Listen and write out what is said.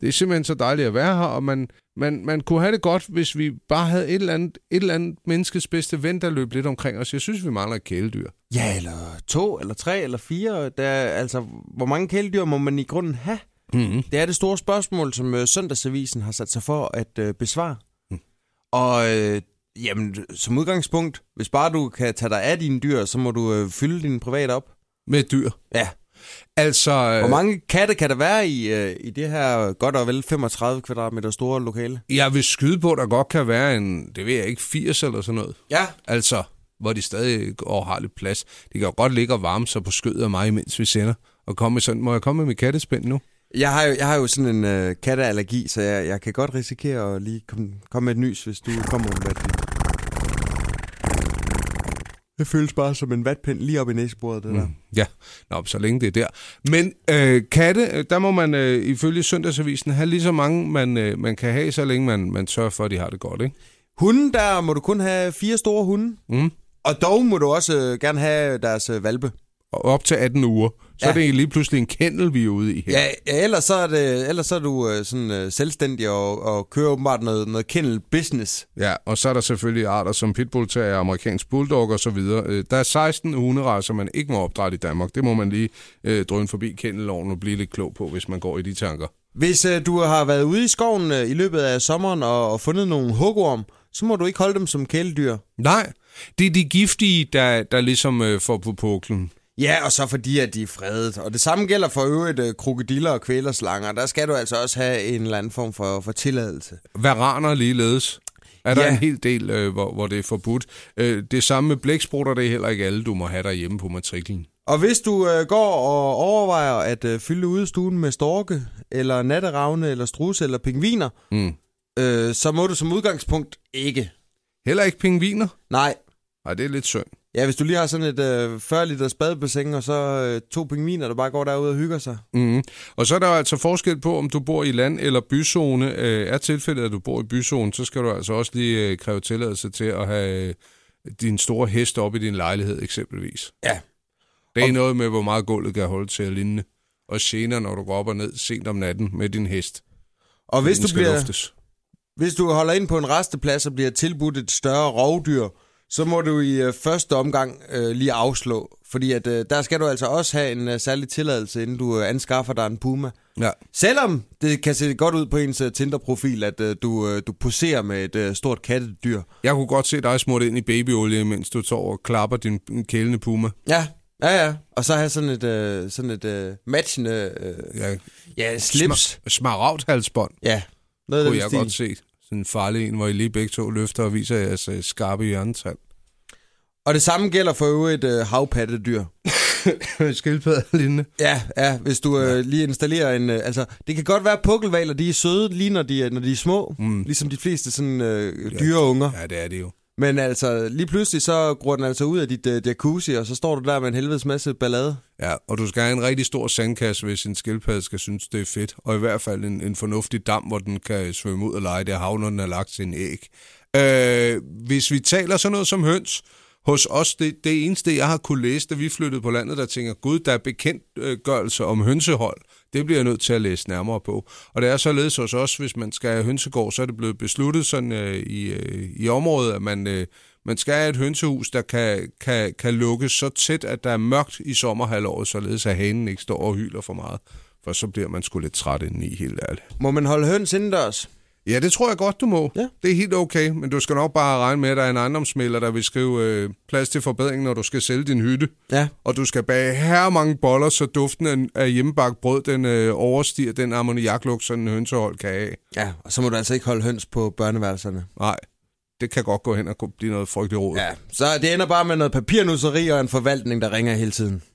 Det er simpelthen så dejligt at være her, og man kunne have det godt, hvis vi bare havde et eller andet menneskets bedste ven, der løb lidt omkring os. Jeg synes, vi mangler et kæledyr. Ja, eller 2, eller 3, eller 4. Altså, hvor mange kæledyr må man i grunden have? Mm-hmm. Det er det store spørgsmål, som Søndagsavisen har sat sig for at besvare. Og jamen, som udgangspunkt, hvis bare du kan tage dig af dine dyr, så må du fylde din privat op. Med dyr? Ja. Altså... Hvor mange katte kan der være i det her godt og vel 35 kvadratmeter store lokale? Jeg vil skyde på, at der godt kan være det ved jeg ikke, 80 eller sådan noget. Ja. Altså, hvor de stadig har lidt plads. De kan jo godt ligge og varme sig på skødet af mig, mens vi sender. Og må jeg komme med mit kattespænd nu? Jeg har jo sådan en katteallergi, så jeg kan godt risikere at lige komme med et nys, hvis du kommer med det. Det føles bare som en vatpind lige op i næsebordet, det der. Ja, så længe det er der. Men katte, der må man ifølge Søndagsavisen have lige så mange, man kan have, så længe man sørger for, at de har det godt, ikke? Hunden, der må du kun have 4 store hunde. Mm. Og dog må du også gerne have deres hvalpe. Og op til 18 uger. Så er det lige pludselig en kennel, vi er ude i her. Ja, ellers så er du sådan selvstændig og kører åbenbart noget kennel-business. Ja, og så er der selvfølgelig arter som pitbull-terrier, amerikansk bulldog og så videre. Der er 16 hunderacer, man ikke må opdrætte i Danmark. Det må man lige drøne forbi kennelloven og blive lidt klog på, hvis man går i de tanker. Hvis du har været ude i skoven i løbet af sommeren og fundet nogle hugorm, så må du ikke holde dem som kæledyr. Nej, det er de giftige, der ligesom får på puklen. Ja, og så fordi, at de er fredet. Og det samme gælder for øvrigt krokodiller og kvælerslanger. Der skal du altså også have en eller anden form for tilladelse. Varaner ligeledes. Er der en hel del, hvor det er forbudt. Det samme med blæksprutter, det er heller ikke alle, du må have derhjemme på matriklen. Og hvis du går og overvejer at fylde udestuen med storke, eller natteravne, eller strudse, eller pingviner, så må du som udgangspunkt ikke. Heller ikke pingviner? Nej. Nej, det er lidt synd. Ja, hvis du lige har sådan et 40 liters badebassin, og så 2 pingviner, der bare går derude og hygger sig. Mm. Og så er der altså forskel på, om du bor i land- eller byzone. Er tilfældet, at du bor i byzone, så skal du altså også lige kræve tilladelse til at have din store hest op i din lejlighed, eksempelvis. Ja. Det er noget med, hvor meget gulvet kan holde til at ligne. Og gener, når du går op og ned sent om natten med din hest. Og hvis du holder ind på en resteplads og bliver tilbudt et større rovdyr, så må du i første omgang lige afslå. Fordi at, der skal du altså også have en særlig tilladelse, inden du anskaffer dig en puma. Ja. Selvom det kan se godt ud på ens Tinder-profil, at du poserer med et stort kattedyr. Jeg kunne godt se dig smurt ind i babyolie, mens du tager og klapper din kælende puma. Ja. Og så have sådan et matchende slips. Smaragdhalsbånd. Ja. Noget kunne jeg stil. Godt se. Sådan en farlig en, hvor I lige begge to løfter og viser jeres skarpe hjernetal. Og det samme gælder for øvrigt havpattedyr. Skildpadde-lignende. Ja, hvis du lige installerer en... altså, det kan godt være, at pukkelhvaler, de er søde lige når de er små. Ligesom de fleste sådan dyreunger. Ja, det er det jo. Men altså, lige pludselig så gror den altså ud af dit jacuzzi, og så står du der med en helvedes masse ballade. Ja, og du skal have en rigtig stor sandkasse, hvis en skildpadde skal synes, det er fedt. Og i hvert fald en fornuftig dam, hvor den kan svømme ud og lege det hav, når den har lagt sin æg. Hvis vi taler sådan noget som høns, hos os, det eneste, jeg har kunne læse, da vi flyttede på landet, der tænker, gud, der er bekendtgørelse om hønsehold. Det bliver jeg nødt til at læse nærmere på. Og det er således hos os, hvis man skal have hønsegård, så er det blevet besluttet sådan i området, at man skal have et hønsehus, der kan lukkes så tæt, at der er mørkt i sommerhalvåret, således at hanen ikke står og hyler for meget. For så bliver man sgu lidt træt indeni, helt ærligt. Må man holde høns indendørs? Ja, det tror jeg godt, du må. Ja. Det er helt okay, men du skal nok bare regne med, at der er en ejendomsmægler, der vil skrive plads til forbedring, når du skal sælge din hytte. Ja. Og du skal bage her mange boller, så duften af hjemmebagt brød, den overstiger den ammoniaklugt, sådan en hønsehold kan have. Ja, og så må du altså ikke holde høns på børneværelserne. Nej, det kan godt gå hen og blive noget frygteligt råd. Ja, så det ender bare med noget papirnusseri og en forvaltning, der ringer hele tiden.